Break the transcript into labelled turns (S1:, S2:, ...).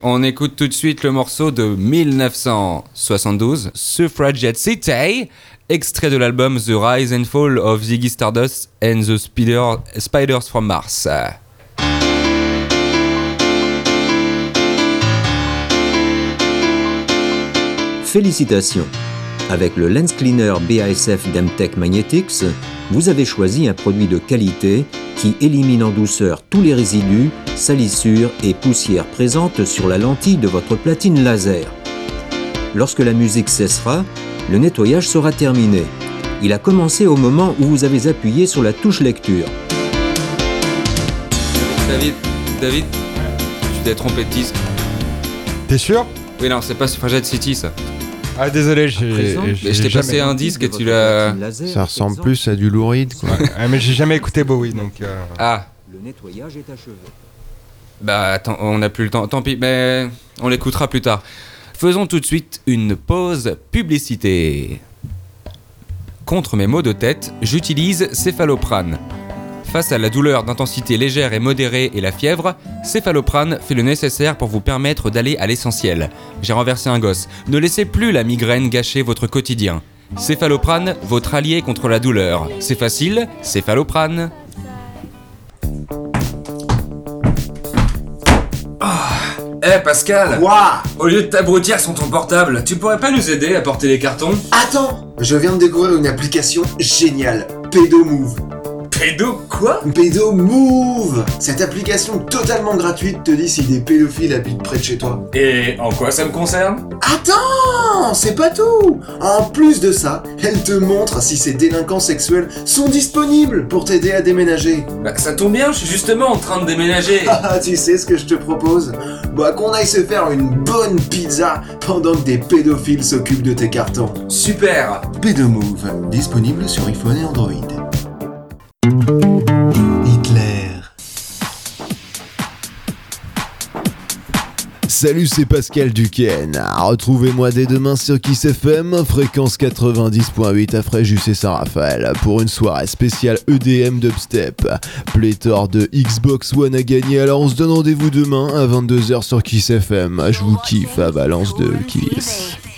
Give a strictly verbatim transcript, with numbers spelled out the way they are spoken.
S1: On écoute tout de suite le morceau de dix-neuf cent soixante-douze, Suffragette City, extrait de l'album The Rise and Fall of Ziggy Stardust and the Spider- Spiders from Mars.
S2: Félicitations! Avec le Lens Cleaner B A S F Demtech Magnetics, vous avez choisi un produit de qualité qui élimine en douceur tous les résidus, salissures et poussières présentes sur la lentille de votre platine laser. Lorsque la musique cessera, le nettoyage sera terminé. Il a commencé au moment où vous avez appuyé sur la touche lecture.
S1: David, David, tu t'es trompé de disque.
S3: T'es sûr?
S1: Oui, non, c'est pas Suffragette City, ça.
S3: Ah, désolé, j'ai,
S1: Mais
S3: j'ai
S1: je t'ai
S3: jamais...
S1: passé un disque et tu l'as...
S4: Ça ressemble plus à du louride, quoi.
S3: Ouais, mais j'ai jamais écouté Bowie, donc... Euh...
S1: Ah.
S2: Le nettoyage est achevé.
S1: Bah, attends, on n'a plus le temps. Tant pis, mais on l'écoutera plus tard. Faisons tout de suite une pause publicité. Contre mes maux de tête, j'utilise Céphaloprane. Face à la douleur d'intensité légère et modérée et la fièvre, Céphaloprane fait le nécessaire pour vous permettre d'aller à l'essentiel. J'ai renversé un gosse. Ne laissez plus la migraine gâcher votre quotidien. Céphaloprane, votre allié contre la douleur. C'est facile, Céphaloprane. Eh hey Pascal!
S5: Quoi?
S1: Au lieu de t'abrutir sur ton portable, tu pourrais pas nous aider à porter les cartons?
S5: Attends! Je viens de découvrir une application géniale, Pedomove.
S1: Pédo quoi?
S5: Pedomove! Cette application totalement gratuite te dit si des pédophiles habitent près de chez toi.
S1: Et en quoi ça me concerne?
S5: Attends! C'est pas tout! En plus de ça, elle te montre si ces délinquants sexuels sont disponibles pour t'aider à déménager.
S1: Bah ça tombe bien, je suis justement en train de déménager.
S5: Ah, tu sais ce que je te propose? Bah qu'on aille se faire une bonne pizza pendant que des pédophiles s'occupent de tes cartons.
S1: Super!
S5: Pedomove, disponible sur iPhone et Android. Hitler.
S4: Salut, c'est Pascal Duquesne. Retrouvez-moi dès demain sur Kiss F M, fréquence quatre-vingt-dix virgule huit à Fréjus et Saint-Raphaël, pour une soirée spéciale E D M Dubstep. Pléthore de Xbox One à gagner, alors on se donne rendez-vous demain à vingt-deux heures sur Kiss F M. Je vous kiffe à balance de Kiss.